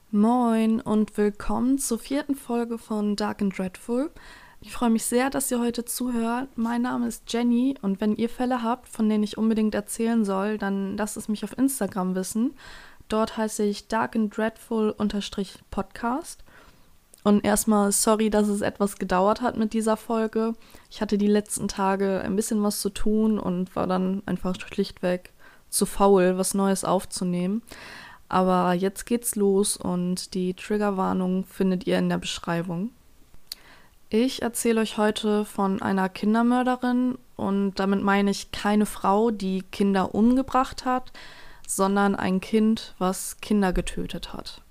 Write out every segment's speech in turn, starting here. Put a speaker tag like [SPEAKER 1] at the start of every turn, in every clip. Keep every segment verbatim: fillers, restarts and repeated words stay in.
[SPEAKER 1] Moin und willkommen zur vierten Folge von Dark and Dreadful. Ich freue mich sehr, dass ihr heute zuhört. Mein Name ist Jenny und wenn ihr Fälle habt, von denen ich unbedingt erzählen soll, dann lasst es mich auf Instagram wissen. Dort heiße ich Dark and Dreadful Podcast. Und erstmal sorry, dass es etwas gedauert hat mit dieser Folge. Ich hatte die letzten Tage ein bisschen was zu tun und war dann einfach schlichtweg zu faul, was Neues aufzunehmen. Aber jetzt geht's los und die Triggerwarnung findet ihr in der Beschreibung. Ich erzähle euch heute von einer Kindermörderin und damit meine ich keine Frau, die Kinder umgebracht hat, sondern ein Kind, was Kinder getötet hat.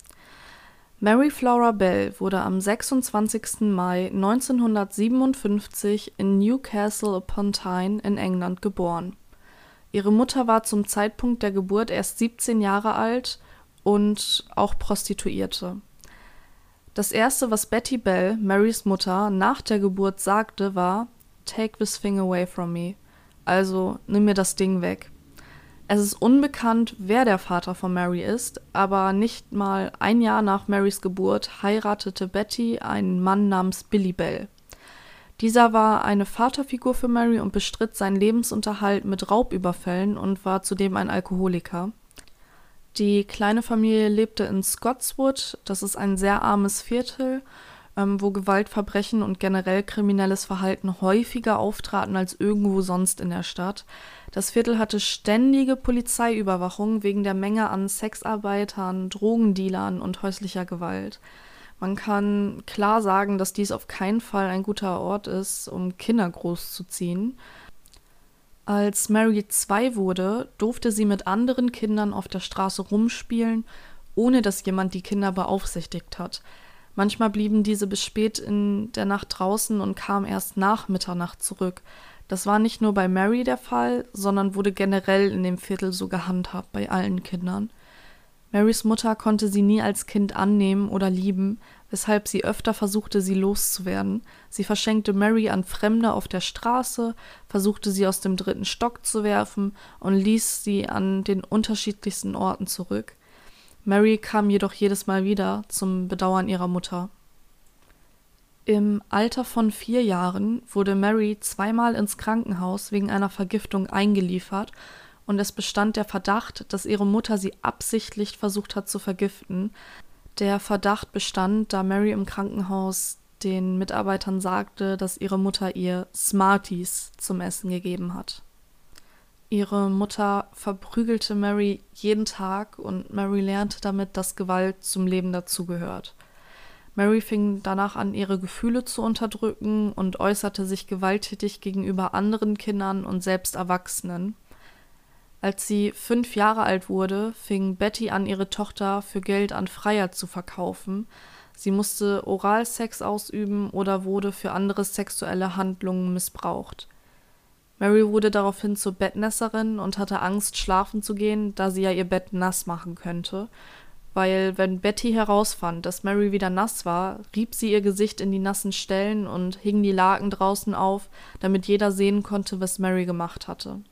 [SPEAKER 1] Mary Flora Bell wurde am sechsundzwanzigsten Mai neunzehnhundertsiebenundfünfzig in Newcastle upon Tyne in England geboren. Ihre Mutter war zum Zeitpunkt der Geburt erst siebzehn Jahre alt und auch Prostituierte. Das erste, was Betty Bell, Marys Mutter, nach der Geburt sagte, war "Take this thing away from me", also nimm mir das Ding weg. Es ist unbekannt, wer der Vater von Mary ist, aber nicht mal ein Jahr nach Marys Geburt heiratete Betty einen Mann namens Billy Bell. Dieser war eine Vaterfigur für Mary und bestritt seinen Lebensunterhalt mit Raubüberfällen und war zudem ein Alkoholiker. Die kleine Familie lebte in Scotswood, das ist ein sehr armes Viertel, ähm, wo Gewaltverbrechen und generell kriminelles Verhalten häufiger auftraten als irgendwo sonst in der Stadt. Das Viertel hatte ständige Polizeiüberwachung wegen der Menge an Sexarbeitern, Drogendealern und häuslicher Gewalt. Man kann klar sagen, dass dies auf keinen Fall ein guter Ort ist, um Kinder großzuziehen. Als Mary zwei wurde, durfte sie mit anderen Kindern auf der Straße rumspielen, ohne dass jemand die Kinder beaufsichtigt hat. Manchmal blieben diese bis spät in der Nacht draußen und kamen erst nach Mitternacht zurück. Das war nicht nur bei Mary der Fall, sondern wurde generell in dem Viertel so gehandhabt bei allen Kindern. Marys Mutter konnte sie nie als Kind annehmen oder lieben, weshalb sie öfter versuchte, sie loszuwerden. Sie verschenkte Mary an Fremde auf der Straße, versuchte sie aus dem dritten Stock zu werfen und ließ sie an den unterschiedlichsten Orten zurück. Mary kam jedoch jedes Mal wieder, zum Bedauern ihrer Mutter. Im Alter von vier Jahren wurde Mary zweimal ins Krankenhaus wegen einer Vergiftung eingeliefert und es bestand der Verdacht, dass ihre Mutter sie absichtlich versucht hat zu vergiften. Der Verdacht bestand, da Mary im Krankenhaus den Mitarbeitern sagte, dass ihre Mutter ihr Smarties zum Essen gegeben hat. Ihre Mutter verprügelte Mary jeden Tag und Mary lernte damit, dass Gewalt zum Leben dazugehört. Mary fing danach an, ihre Gefühle zu unterdrücken und äußerte sich gewalttätig gegenüber anderen Kindern und selbst Erwachsenen. Als sie fünf Jahre alt wurde, fing Betty an, ihre Tochter für Geld an Freier zu verkaufen. Sie musste Oralsex ausüben oder wurde für andere sexuelle Handlungen missbraucht. Mary wurde daraufhin zur Bettnässerin und hatte Angst, schlafen zu gehen, da sie ja ihr Bett nass machen könnte. Weil, wenn Betty herausfand, dass Mary wieder nass war, rieb sie ihr Gesicht in die nassen Stellen und hing die Laken draußen auf, damit jeder sehen konnte, was Mary gemacht hatte.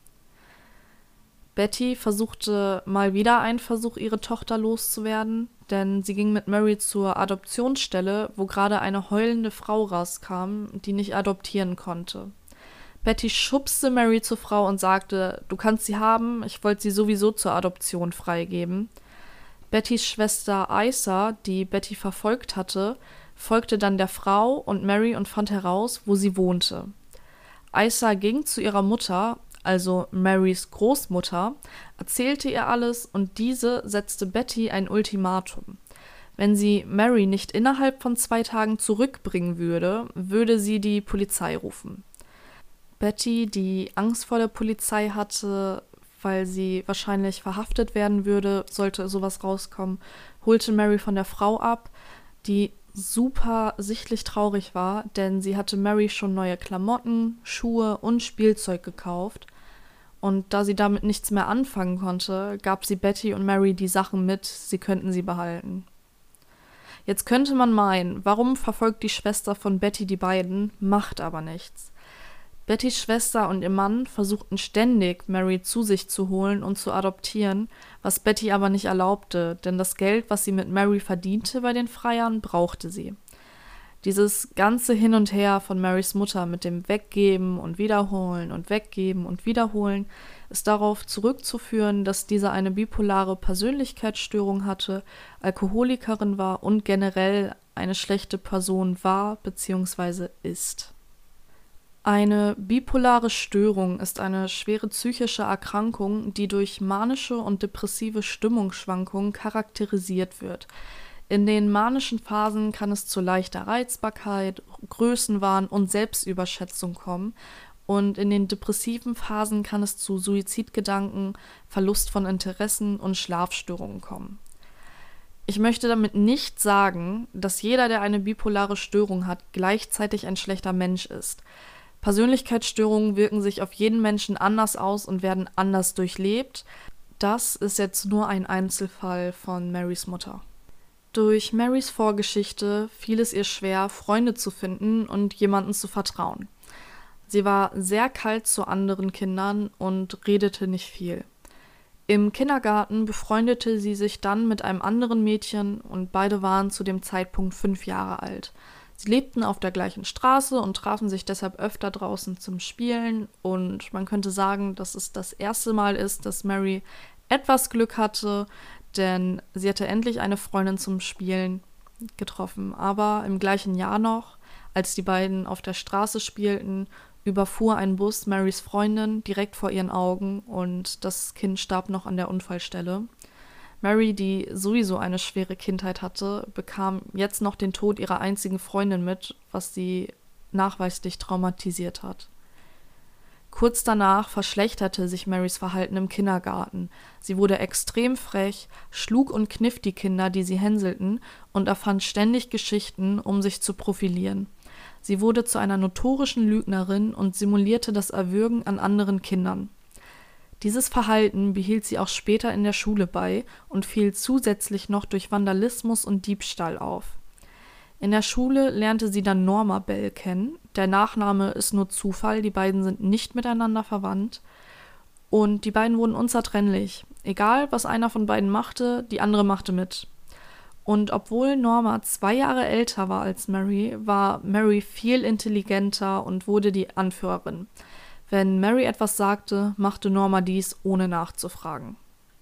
[SPEAKER 1] Betty versuchte mal wieder einen Versuch, ihre Tochter loszuwerden, denn sie ging mit Mary zur Adoptionsstelle, wo gerade eine heulende Frau rauskam, die nicht adoptieren konnte. Betty schubste Mary zur Frau und sagte, du kannst sie haben, ich wollte sie sowieso zur Adoption freigeben. Bettys Schwester Isa, die Betty verfolgt hatte, folgte dann der Frau und Mary und fand heraus, wo sie wohnte. Isa ging zu ihrer Mutter, also Marys Großmutter, erzählte ihr alles und diese setzte Betty ein Ultimatum. Wenn sie Mary nicht innerhalb von zwei Tagen zurückbringen würde, würde sie die Polizei rufen. Betty, die Angst vor der Polizei hatte, weil sie wahrscheinlich verhaftet werden würde, sollte sowas rauskommen, holte Mary von der Frau ab, die super sichtlich traurig war, denn sie hatte Mary schon neue Klamotten, Schuhe und Spielzeug gekauft. Und da sie damit nichts mehr anfangen konnte, gab sie Betty und Mary die Sachen mit, sie könnten sie behalten. Jetzt könnte man meinen, warum verfolgt die Schwester von Betty die beiden, macht aber nichts. Bettys Schwester und ihr Mann versuchten ständig, Mary zu sich zu holen und zu adoptieren, was Betty aber nicht erlaubte, denn das Geld, was sie mit Mary verdiente bei den Freiern, brauchte sie. Dieses ganze Hin und Her von Marys Mutter mit dem Weggeben und Wiederholen und Weggeben und Wiederholen ist darauf zurückzuführen, dass diese eine bipolare Persönlichkeitsstörung hatte, Alkoholikerin war und generell eine schlechte Person war bzw. ist. Eine bipolare Störung ist eine schwere psychische Erkrankung, die durch manische und depressive Stimmungsschwankungen charakterisiert wird. In den manischen Phasen kann es zu leichter Reizbarkeit, Größenwahn und Selbstüberschätzung kommen und in den depressiven Phasen kann es zu Suizidgedanken, Verlust von Interessen und Schlafstörungen kommen. Ich möchte damit nicht sagen, dass jeder, der eine bipolare Störung hat, gleichzeitig ein schlechter Mensch ist. Persönlichkeitsstörungen wirken sich auf jeden Menschen anders aus und werden anders durchlebt. Das ist jetzt nur ein Einzelfall von Marys Mutter. Durch Marys Vorgeschichte fiel es ihr schwer, Freunde zu finden und jemanden zu vertrauen. Sie war sehr kalt zu anderen Kindern und redete nicht viel. Im Kindergarten befreundete sie sich dann mit einem anderen Mädchen und beide waren zu dem Zeitpunkt fünf Jahre alt. Sie lebten auf der gleichen Straße und trafen sich deshalb öfter draußen zum Spielen und man könnte sagen, dass es das erste Mal ist, dass Mary etwas Glück hatte, denn sie hatte endlich eine Freundin zum Spielen getroffen. Aber im gleichen Jahr noch, als die beiden auf der Straße spielten, überfuhr ein Bus Marys Freundin direkt vor ihren Augen und das Kind starb noch an der Unfallstelle. Mary, die sowieso eine schwere Kindheit hatte, bekam jetzt noch den Tod ihrer einzigen Freundin mit, was sie nachweislich traumatisiert hat. Kurz danach verschlechterte sich Marys Verhalten im Kindergarten. Sie wurde extrem frech, schlug und kniff die Kinder, die sie hänselten, und erfand ständig Geschichten, um sich zu profilieren. Sie wurde zu einer notorischen Lügnerin und simulierte das Erwürgen an anderen Kindern. Dieses Verhalten behielt sie auch später in der Schule bei und fiel zusätzlich noch durch Vandalismus und Diebstahl auf. In der Schule lernte sie dann Norma Bell kennen. Der Nachname ist nur Zufall, die beiden sind nicht miteinander verwandt. Und die beiden wurden unzertrennlich. Egal, was einer von beiden machte, die andere machte mit. Und obwohl Norma zwei Jahre älter war als Mary, war Mary viel intelligenter und wurde die Anführerin. Wenn Mary etwas sagte, machte Norma dies, ohne nachzufragen.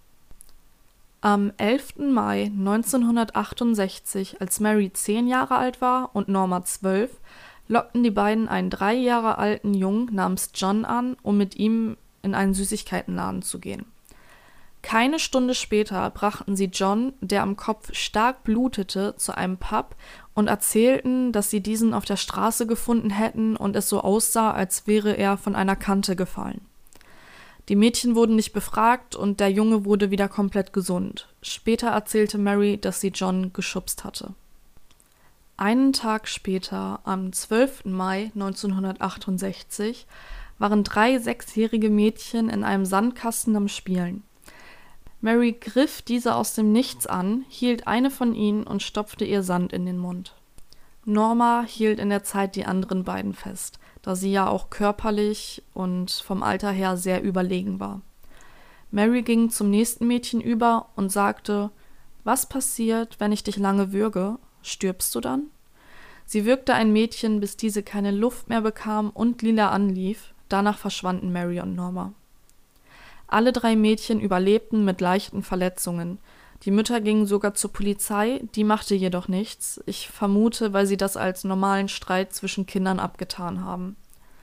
[SPEAKER 1] Am elften Mai neunzehnhundertachtundsechzig, als Mary zehn Jahre alt war und Norma zwölf, lockten die beiden einen drei Jahre alten Jungen namens John an, um mit ihm in einen Süßigkeitenladen zu gehen. Keine Stunde später brachten sie John, der am Kopf stark blutete, zu einem Pub und erzählten, dass sie diesen auf der Straße gefunden hätten und es so aussah, als wäre er von einer Kante gefallen. Die Mädchen wurden nicht befragt und der Junge wurde wieder komplett gesund. Später erzählte Mary, dass sie John geschubst hatte. Einen Tag später, am zwölften Mai neunzehnhundertachtundsechzig, waren drei sechsjährige Mädchen in einem Sandkasten am Spielen. Mary griff diese aus dem Nichts an, hielt eine von ihnen und stopfte ihr Sand in den Mund. Norma hielt in der Zeit die anderen beiden fest, da sie ja auch körperlich und vom Alter her sehr überlegen war. Mary ging zum nächsten Mädchen über und sagte: »Was passiert, wenn ich dich lange würge? Stirbst du dann?« Sie würgte ein Mädchen, bis diese keine Luft mehr bekam und lila anlief. Danach verschwanden Mary und Norma. Alle drei Mädchen überlebten mit leichten Verletzungen. Die Mütter gingen sogar zur Polizei, die machte jedoch nichts. Ich vermute, weil sie das als normalen Streit zwischen Kindern abgetan haben.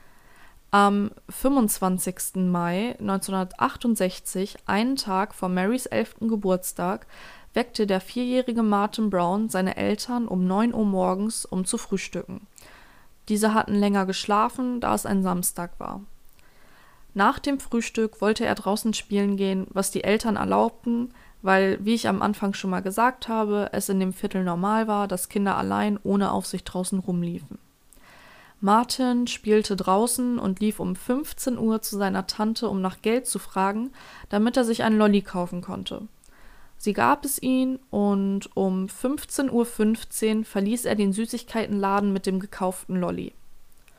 [SPEAKER 1] Am fünfundzwanzigsten Mai neunzehnhundertachtundsechzig, einen Tag vor Marys elften Geburtstag, weckte der vierjährige Martin Brown seine Eltern um neun Uhr morgens, um zu frühstücken. Diese hatten länger geschlafen, da es ein Samstag war. Nach dem Frühstück wollte er draußen spielen gehen, was die Eltern erlaubten, weil, wie ich am Anfang schon mal gesagt habe, es in dem Viertel normal war, dass Kinder allein ohne Aufsicht draußen rumliefen. Martin spielte draußen und lief um fünfzehn Uhr zu seiner Tante, um nach Geld zu fragen, damit er sich einen Lolli kaufen konnte. Sie gab es ihm und um fünfzehn Uhr fünfzehn verließ er den Süßigkeitenladen mit dem gekauften Lolli.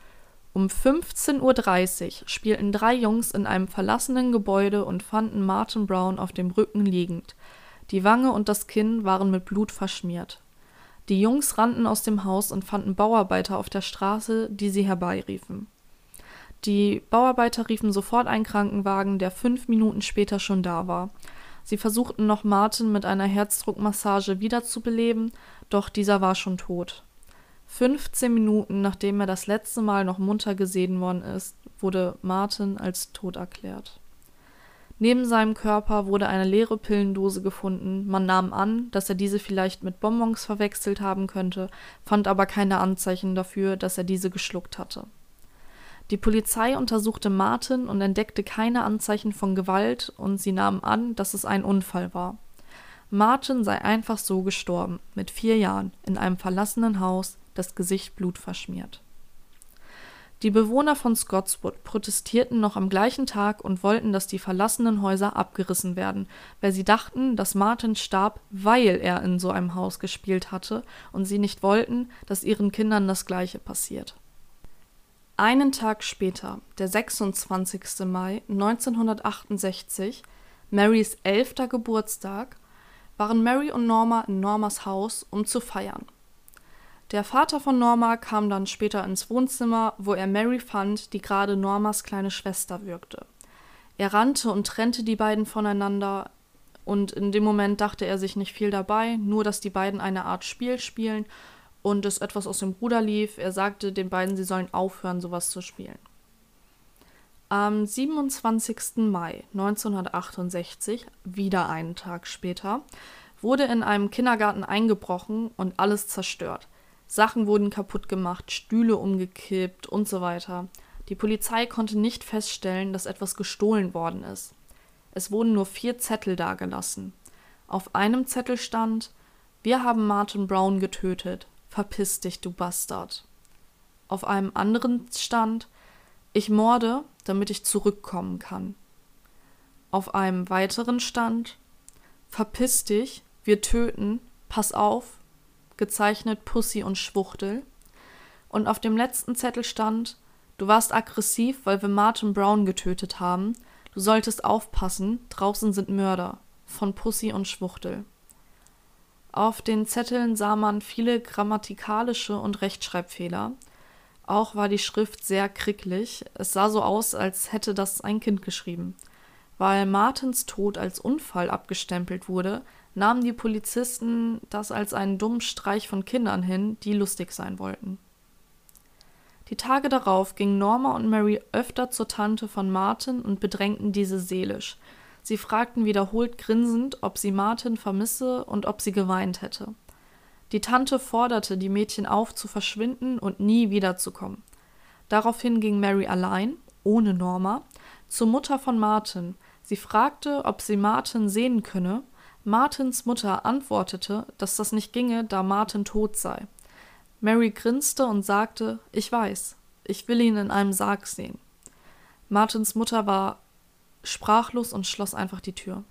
[SPEAKER 1] Um fünfzehn Uhr dreißig spielten drei Jungs in einem verlassenen Gebäude und fanden Martin Brown auf dem Rücken liegend. Die Wange und das Kinn waren mit Blut verschmiert. Die Jungs rannten aus dem Haus und fanden Bauarbeiter auf der Straße, die sie herbeiriefen. Die Bauarbeiter riefen sofort einen Krankenwagen, der fünf Minuten später schon da war. Sie versuchten noch Martin mit einer Herzdruckmassage wiederzubeleben, doch dieser war schon tot. fünfzehn Minuten nachdem er das letzte Mal noch munter gesehen worden ist, wurde Martin als tot erklärt. Neben seinem Körper wurde eine leere Pillendose gefunden. Man nahm an, dass er diese vielleicht mit Bonbons verwechselt haben könnte, fand aber keine Anzeichen dafür, dass er diese geschluckt hatte. Die Polizei untersuchte Martin und entdeckte keine Anzeichen von Gewalt und sie nahmen an, dass es ein Unfall war. Martin sei einfach so gestorben, mit vier Jahren, in einem verlassenen Haus, das Gesicht blutverschmiert. Die Bewohner von Scottswood protestierten noch am gleichen Tag und wollten, dass die verlassenen Häuser abgerissen werden, weil sie dachten, dass Martin starb, weil er in so einem Haus gespielt hatte und sie nicht wollten, dass ihren Kindern das Gleiche passiert. Einen Tag später, der sechsundzwanzigster Mai neunzehnhundertachtundsechzig, Marys elfter Geburtstag, waren Mary und Norma in Normas Haus, um zu feiern. Der Vater von Norma kam dann später ins Wohnzimmer, wo er Mary fand, die gerade Normas kleine Schwester würgte. Er rannte und trennte die beiden voneinander und in dem Moment dachte er sich nicht viel dabei, nur dass die beiden eine Art Spiel spielen und es etwas aus dem Ruder lief. Er sagte den beiden, sie sollen aufhören, sowas zu spielen. Am siebenundzwanzigster Mai neunzehnhundertachtundsechzig, wieder einen Tag später, wurde in einem Kindergarten eingebrochen und alles zerstört. Sachen wurden kaputt gemacht, Stühle umgekippt und so weiter. Die Polizei konnte nicht feststellen, dass etwas gestohlen worden ist. Es wurden nur vier Zettel dagelassen. Auf einem Zettel stand: Wir haben Martin Brown getötet. Verpiss dich, du Bastard. Auf einem anderen stand: Ich morde, damit ich zurückkommen kann. Auf einem weiteren stand: Verpiss dich, wir töten, pass auf, gezeichnet Pussy und Schwuchtel. Und auf dem letzten Zettel stand: Du warst aggressiv, weil wir Martin Brown getötet haben. Du solltest aufpassen, draußen sind Mörder. Von Pussy und Schwuchtel. Auf den Zetteln sah man viele grammatikalische und Rechtschreibfehler. Auch war die Schrift sehr kricklich. Es sah so aus, als hätte das ein Kind geschrieben. Weil Martins Tod als Unfall abgestempelt wurde, nahmen die Polizisten das als einen dummen Streich von Kindern hin, die lustig sein wollten. Die Tage darauf gingen Norma und Mary öfter zur Tante von Martin und bedrängten diese seelisch. Sie fragten wiederholt grinsend, ob sie Martin vermisse und ob sie geweint hätte. Die Tante forderte die Mädchen auf, zu verschwinden und nie wiederzukommen. Daraufhin ging Mary allein, ohne Norma, zur Mutter von Martin. Sie fragte, ob sie Martin sehen könne. Martins Mutter antwortete, dass das nicht ginge, da Martin tot sei. Mary grinste und sagte: Ich weiß, ich will ihn in einem Sarg sehen. Martins Mutter war sprachlos und schloss einfach die Tür.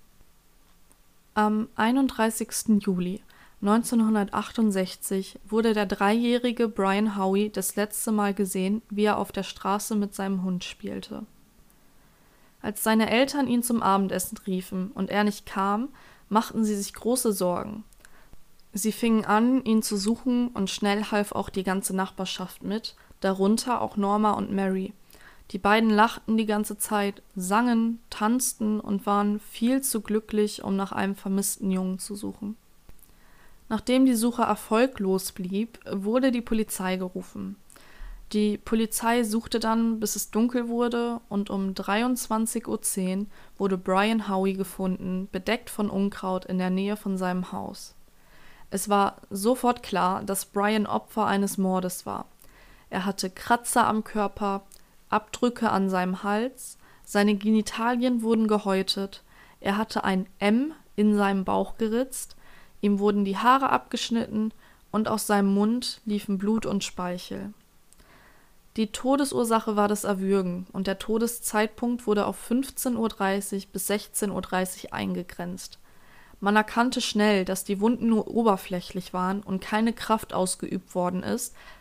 [SPEAKER 1] Am einunddreißigster Juli neunzehnhundertachtundsechzig wurde der dreijährige Brian Howie das letzte Mal gesehen, wie er auf der Straße mit seinem Hund spielte. Als seine Eltern ihn zum Abendessen riefen und er nicht kam, machten sie sich große Sorgen. Sie fingen an, ihn zu suchen, und schnell half auch die ganze Nachbarschaft mit, darunter auch Norma und Mary. Die beiden lachten die ganze Zeit, sangen, tanzten und waren viel zu glücklich, um nach einem vermissten Jungen zu suchen. Nachdem die Suche erfolglos blieb, wurde die Polizei gerufen. Die Polizei suchte dann, bis es dunkel wurde, und um dreiundzwanzig Uhr zehn wurde Brian Howie gefunden, bedeckt von Unkraut in der Nähe von seinem Haus. Es war sofort klar, dass Brian Opfer eines Mordes war. Er hatte Kratzer am Körper, Abdrücke an seinem Hals, seine Genitalien wurden gehäutet, er hatte ein M in seinem Bauch geritzt, ihm wurden die Haare abgeschnitten und aus seinem Mund liefen Blut und Speichel. Die Todesursache war das Erwürgen und der Todeszeitpunkt wurde auf fünfzehn Uhr dreißig bis sechzehn Uhr dreißig eingegrenzt. Man erkannte schnell, dass die Wunden nur oberflächlich waren und keine Kraft ausgeübt worden ist,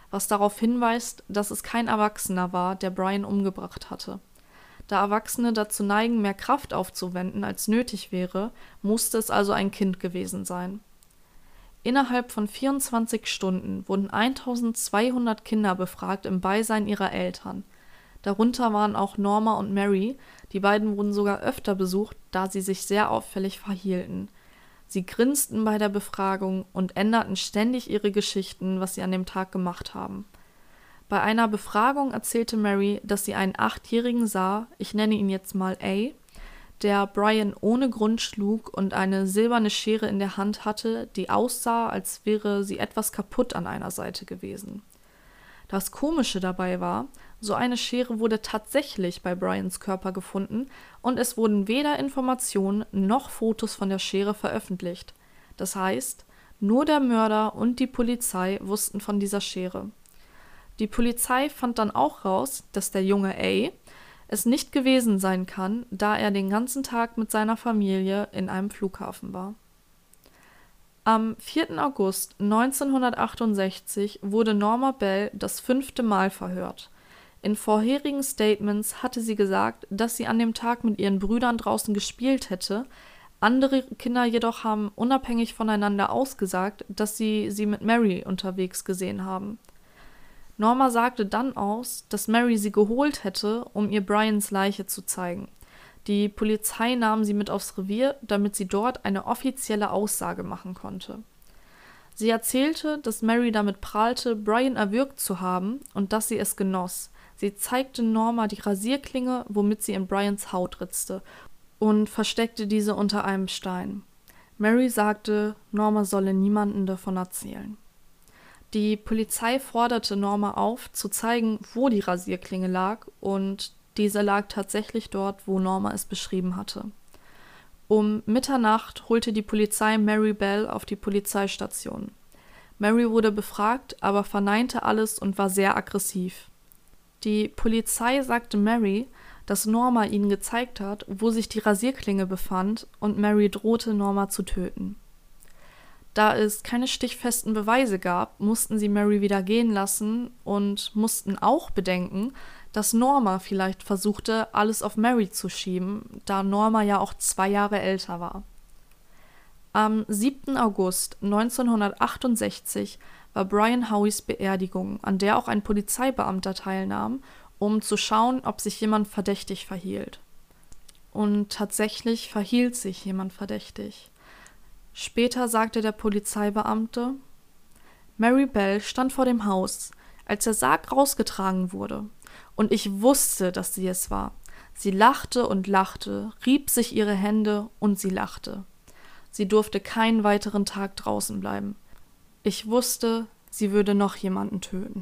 [SPEAKER 1] was darauf hinweist, dass es kein Erwachsener war, der Brian umgebracht hatte. Da Erwachsene dazu neigen, mehr Kraft aufzuwenden, als nötig wäre, musste es also ein Kind gewesen sein. Innerhalb von vierundzwanzig Stunden wurden eintausendzweihundert Kinder befragt im Beisein ihrer Eltern. Darunter waren auch Norma und Mary, die beiden wurden sogar öfter besucht, da sie sich sehr auffällig verhielten. Sie grinsten bei der Befragung und änderten ständig ihre Geschichten, was sie an dem Tag gemacht haben. Bei einer Befragung erzählte Mary, dass sie einen Achtjährigen sah, ich nenne ihn jetzt mal A, der Brian ohne Grund schlug und eine silberne Schere in der Hand hatte, die aussah, als wäre sie etwas kaputt an einer Seite gewesen. Das Komische dabei war, so eine Schere wurde tatsächlich bei Brians Körper gefunden und es wurden weder Informationen noch Fotos von der Schere veröffentlicht. Das heißt, nur der Mörder und die Polizei wussten von dieser Schere. Die Polizei fand dann auch raus, dass der Junge A es nicht gewesen sein kann, da er den ganzen Tag mit seiner Familie in einem Flughafen war. Am vierten August neunzehnhundertachtundsechzig wurde Norma Bell das fünfte Mal verhört. In vorherigen Statements hatte sie gesagt, dass sie an dem Tag mit ihren Brüdern draußen gespielt hätte. Andere Kinder jedoch haben unabhängig voneinander ausgesagt, dass sie sie mit Mary unterwegs gesehen haben. Norma sagte dann aus, dass Mary sie geholt hätte, um ihr Brians Leiche zu zeigen. Die Polizei nahm sie mit aufs Revier, damit sie dort eine offizielle Aussage machen konnte. Sie erzählte, dass Mary damit prahlte, Brian erwürgt zu haben und dass sie es genoss. Sie zeigte Norma die Rasierklinge, womit sie in Brians Haut ritzte, und versteckte diese unter einem Stein. Mary sagte, Norma solle niemandem davon erzählen. Die Polizei forderte Norma auf, zu zeigen, wo die Rasierklinge lag, und diese lag tatsächlich dort, wo Norma es beschrieben hatte. Um Mitternacht holte die Polizei Mary Bell auf die Polizeistation. Mary wurde befragt, aber verneinte alles und war sehr aggressiv. Die Polizei sagte Mary, dass Norma ihnen gezeigt hat, wo sich die Rasierklinge befand, und Mary drohte, Norma zu töten. Da es keine stichfesten Beweise gab, mussten sie Mary wieder gehen lassen und mussten auch bedenken, dass Norma vielleicht versuchte, alles auf Mary zu schieben, da Norma ja auch zwei Jahre älter war. Am siebten August neunzehnhundertachtundsechzig war Brian Howies Beerdigung, an der auch ein Polizeibeamter teilnahm, um zu schauen, ob sich jemand verdächtig verhielt. Und tatsächlich verhielt sich jemand verdächtig. Später sagte der Polizeibeamte, Mary Bell stand vor dem Haus, als der Sarg rausgetragen wurde, und ich wusste, dass sie es war. Sie lachte und lachte, rieb sich ihre Hände und sie lachte. Sie durfte keinen weiteren Tag draußen bleiben. Ich wusste, sie würde noch jemanden töten.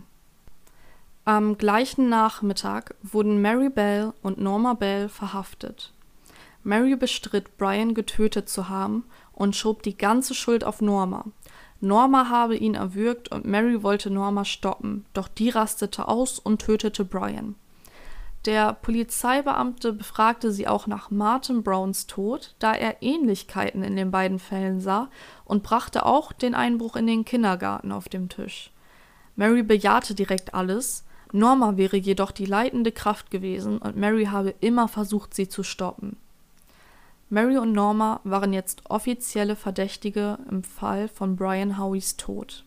[SPEAKER 1] Am gleichen Nachmittag wurden Mary Bell und Norma Bell verhaftet. Mary bestritt, Brian getötet zu haben und schob die ganze Schuld auf Norma. Norma habe ihn erwürgt und Mary wollte Norma stoppen, doch die rastete aus und tötete Brian. Der Polizeibeamte befragte sie auch nach Martin Browns Tod, da er Ähnlichkeiten in den beiden Fällen sah, und brachte auch den Einbruch in den Kindergarten auf den Tisch. Mary bejahte direkt alles, Norma wäre jedoch die leitende Kraft gewesen und Mary habe immer versucht, sie zu stoppen. Mary und Norma waren jetzt offizielle Verdächtige im Fall von Brian Howies Tod.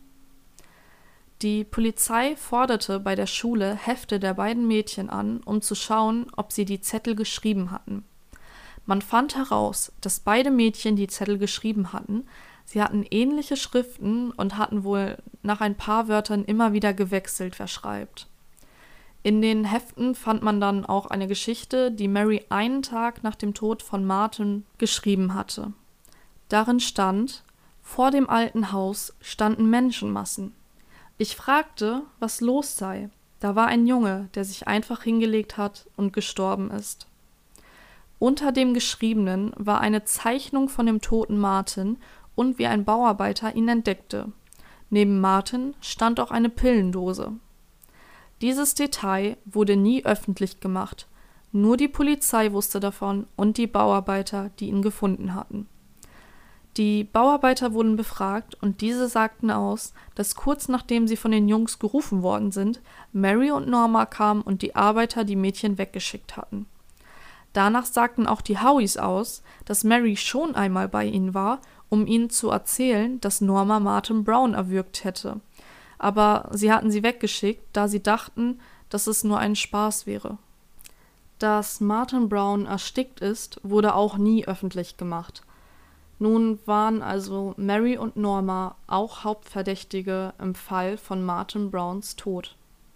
[SPEAKER 1] Die Polizei forderte bei der Schule Hefte der beiden Mädchen an, um zu schauen, ob sie die Zettel geschrieben hatten. Man fand heraus, dass beide Mädchen die Zettel geschrieben hatten. Sie hatten ähnliche Schriften und hatten wohl nach ein paar Wörtern immer wieder gewechselt, wer schreibt. In den Heften fand man dann auch eine Geschichte, die Mary einen Tag nach dem Tod von Martin geschrieben hatte. Darin stand: Vor dem alten Haus standen Menschenmassen. Ich fragte, was los sei. Da war ein Junge, der sich einfach hingelegt hat und gestorben ist. Unter dem Geschriebenen war eine Zeichnung von dem toten Martin und wie ein Bauarbeiter ihn entdeckte. Neben Martin stand auch eine Pillendose. Dieses Detail wurde nie öffentlich gemacht. Nur die Polizei wusste davon und die Bauarbeiter, die ihn gefunden hatten. Die Bauarbeiter wurden befragt und diese sagten aus, dass kurz nachdem sie von den Jungs gerufen worden sind, Mary und Norma kamen und die Arbeiter die Mädchen weggeschickt hatten. Danach sagten auch die Howies aus, dass Mary schon einmal bei ihnen war, um ihnen zu erzählen, dass Norma Martin Brown erwürgt hätte. Aber sie hatten sie weggeschickt, da sie dachten, dass es nur ein Spaß wäre. Dass Martin Brown erstickt ist, wurde auch nie öffentlich gemacht. Nun waren also Mary und Norma auch Hauptverdächtige im Fall von Martin Browns Tod.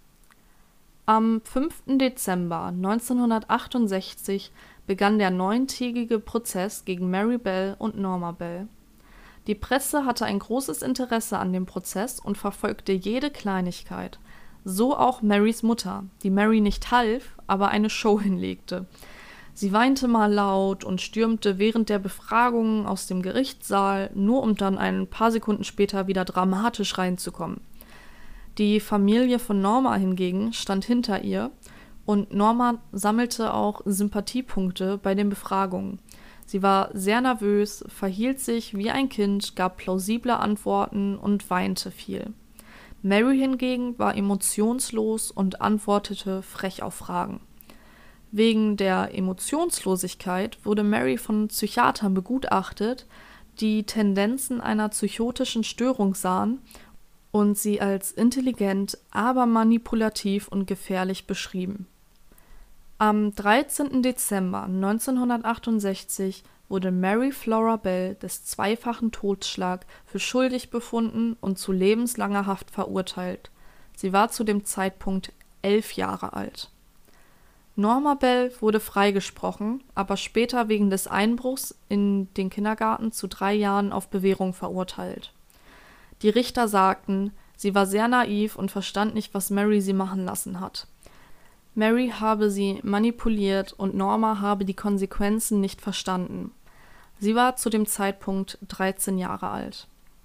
[SPEAKER 1] Am fünften Dezember neunzehnhundertachtundsechzig begann der neuntägige Prozess gegen Mary Bell und Norma Bell. Die Presse hatte ein großes Interesse an dem Prozess und verfolgte jede Kleinigkeit. So auch Marys Mutter, die Mary nicht half, aber eine Show hinlegte. Sie weinte mal laut und stürmte während der Befragungen aus dem Gerichtssaal, nur um dann ein paar Sekunden später wieder dramatisch reinzukommen. Die Familie von Norma hingegen stand hinter ihr und Norma sammelte auch Sympathiepunkte bei den Befragungen. Sie war sehr nervös, verhielt sich wie ein Kind, gab plausible Antworten und weinte viel. Mary hingegen war emotionslos und antwortete frech auf Fragen. Wegen der Emotionslosigkeit wurde Mary von Psychiatern begutachtet, die Tendenzen einer psychotischen Störung sahen und sie als intelligent, aber manipulativ und gefährlich beschrieben. Am dreizehnten Dezember neunzehnhundertachtundsechzig wurde Mary Flora Bell des zweifachen Totschlags für schuldig befunden und zu lebenslanger Haft verurteilt. Sie war zu dem Zeitpunkt elf Jahre alt. Norma Bell wurde freigesprochen, aber später wegen des Einbruchs in den Kindergarten zu drei Jahren auf Bewährung verurteilt. Die Richter sagten, sie war sehr naiv und verstand nicht, was Mary sie machen lassen hat. Mary habe sie manipuliert und Norma habe die Konsequenzen nicht verstanden. Sie war zu dem Zeitpunkt dreizehn Jahre alt.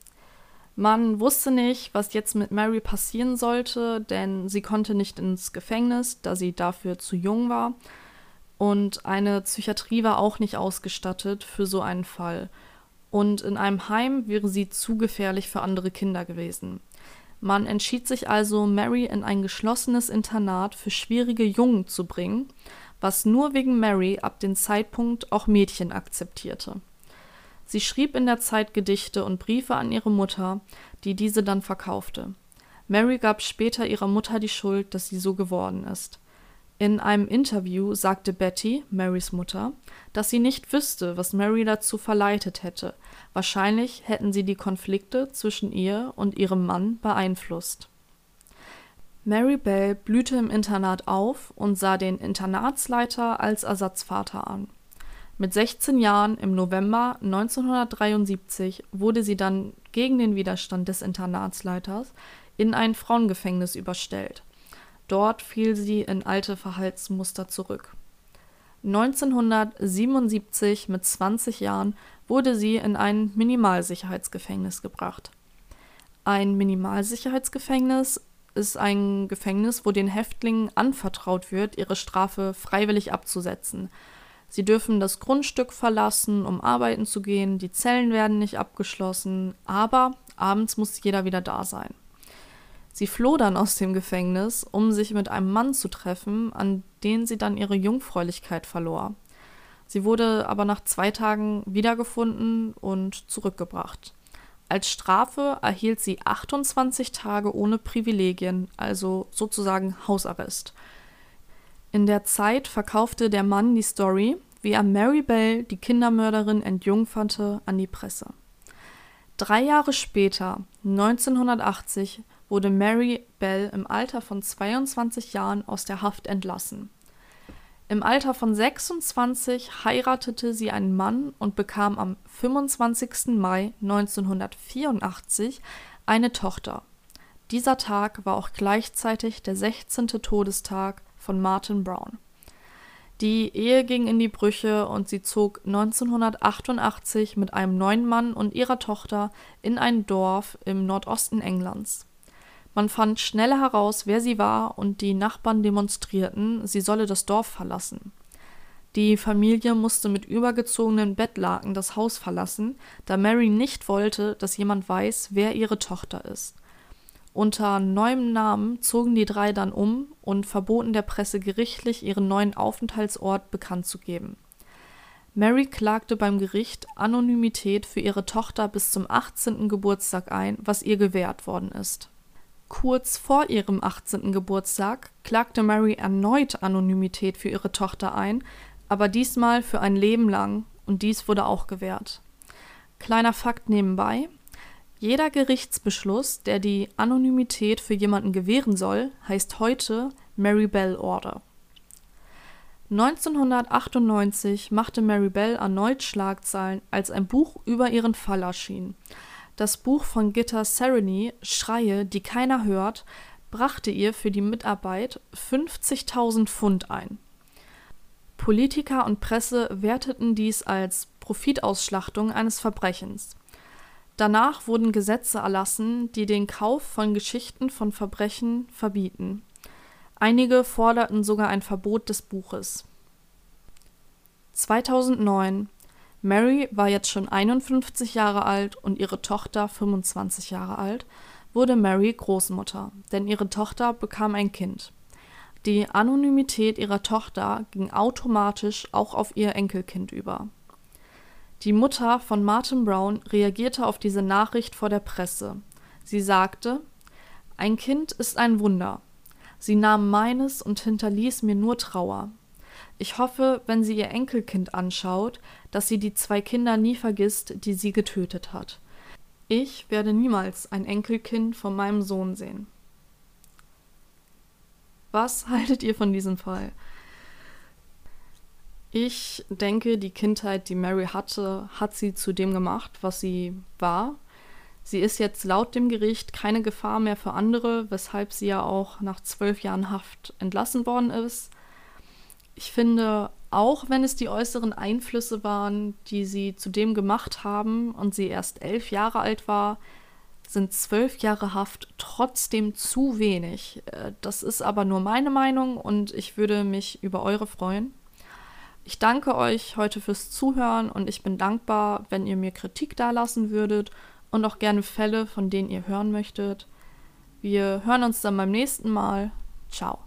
[SPEAKER 1] Man wusste nicht, was jetzt mit Mary passieren sollte, denn sie konnte nicht ins Gefängnis, da sie dafür zu jung war. Und eine Psychiatrie war auch nicht ausgestattet für so einen Fall. Und in einem Heim wäre sie zu gefährlich für andere Kinder gewesen. Man entschied sich also, Mary in ein geschlossenes Internat für schwierige Jungen zu bringen, was nur wegen Mary ab dem Zeitpunkt auch Mädchen akzeptierte. Sie schrieb in der Zeit Gedichte und Briefe an ihre Mutter, die diese dann verkaufte. Mary gab später ihrer Mutter die Schuld, dass sie so geworden ist. In einem Interview sagte Betty, Marys Mutter, dass sie nicht wüsste, was Mary dazu verleitet hätte. Wahrscheinlich hätten sie die Konflikte zwischen ihr und ihrem Mann beeinflusst. Mary Bell blühte im Internat auf und sah den Internatsleiter als Ersatzvater an. Mit sechzehn Jahren im November neunzehnhundertdreiundsiebzig wurde sie dann gegen den Widerstand des Internatsleiters in ein Frauengefängnis überstellt. Dort fiel sie in alte Verhaltensmuster zurück. neunzehnhundertsiebenundsiebzig, mit zwanzig Jahren, wurde sie in ein Minimalsicherheitsgefängnis gebracht. Ein Minimalsicherheitsgefängnis ist ein Gefängnis, wo den Häftlingen anvertraut wird, ihre Strafe freiwillig abzusetzen. Sie dürfen das Grundstück verlassen, um arbeiten zu gehen, die Zellen werden nicht abgeschlossen, aber abends muss jeder wieder da sein. Sie floh dann aus dem Gefängnis, um sich mit einem Mann zu treffen, an den sie dann ihre Jungfräulichkeit verlor. Sie wurde aber nach zwei Tagen wiedergefunden und zurückgebracht. Als Strafe erhielt sie achtundzwanzig Tage ohne Privilegien, also sozusagen Hausarrest. In der Zeit verkaufte der Mann die Story, wie er Mary Bell, die Kindermörderin, entjungferte, an die Presse. Drei Jahre später, neunzehnhundertachtzig, wurde Mary Bell im Alter von zweiundzwanzig Jahren aus der Haft entlassen. Im Alter von sechsundzwanzig heiratete sie einen Mann und bekam am fünfundzwanzigsten Mai neunzehnhundertvierundachtzig eine Tochter. Dieser Tag war auch gleichzeitig der sechzehnte Todestag von Martin Brown. Die Ehe ging in die Brüche und sie zog neunzehnhundertachtundachtzig mit einem neuen Mann und ihrer Tochter in ein Dorf im Nordosten Englands. Man fand schnell heraus, wer sie war, und die Nachbarn demonstrierten, sie solle das Dorf verlassen. Die Familie musste mit übergezogenen Bettlaken das Haus verlassen, da Mary nicht wollte, dass jemand weiß, wer ihre Tochter ist. Unter neuem Namen zogen die drei dann um und verboten der Presse gerichtlich, ihren neuen Aufenthaltsort bekannt zu geben. Mary klagte beim Gericht Anonymität für ihre Tochter bis zum achtzehnten Geburtstag ein, was ihr gewährt worden ist. Kurz vor ihrem achtzehnten Geburtstag klagte Mary erneut Anonymität für ihre Tochter ein, aber diesmal für ein Leben lang, und dies wurde auch gewährt. Kleiner Fakt nebenbei: Jeder Gerichtsbeschluss, der die Anonymität für jemanden gewähren soll, heißt heute Mary Bell Order. neunzehnhundertachtundneunzig machte Mary Bell erneut Schlagzeilen, als ein Buch über ihren Fall erschien. Das Buch von Gitta Sereny, Schreie, die keiner hört, brachte ihr für die Mitarbeit fünfzigtausend Pfund ein. Politiker und Presse werteten dies als Profitausschlachtung eines Verbrechens. Danach wurden Gesetze erlassen, die den Kauf von Geschichten von Verbrechen verbieten. Einige forderten sogar ein Verbot des Buches. zweitausendneun. Mary war jetzt schon einundfünfzig Jahre alt und ihre Tochter fünfundzwanzig Jahre alt, wurde Mary Großmutter, denn ihre Tochter bekam ein Kind. Die Anonymität ihrer Tochter ging automatisch auch auf ihr Enkelkind über. Die Mutter von Martin Brown reagierte auf diese Nachricht vor der Presse. Sie sagte: „Ein Kind ist ein Wunder. Sie nahm meines und hinterließ mir nur Trauer. Ich hoffe, wenn sie ihr Enkelkind anschaut, dass sie die zwei Kinder nie vergisst, die sie getötet hat. Ich werde niemals ein Enkelkind von meinem Sohn sehen." Was haltet ihr von diesem Fall? Ich denke, die Kindheit, die Mary hatte, hat sie zu dem gemacht, was sie war. Sie ist jetzt laut dem Gericht keine Gefahr mehr für andere, weshalb sie ja auch nach zwölf Jahren Haft entlassen worden ist. Ich finde, auch wenn es die äußeren Einflüsse waren, die sie zu dem gemacht haben und sie erst elf Jahre alt war, sind zwölf Jahre Haft trotzdem zu wenig. Das ist aber nur meine Meinung und ich würde mich über eure freuen. Ich danke euch heute fürs Zuhören und ich bin dankbar, wenn ihr mir Kritik dalassen würdet und auch gerne Fälle, von denen ihr hören möchtet. Wir hören uns dann beim nächsten Mal. Ciao.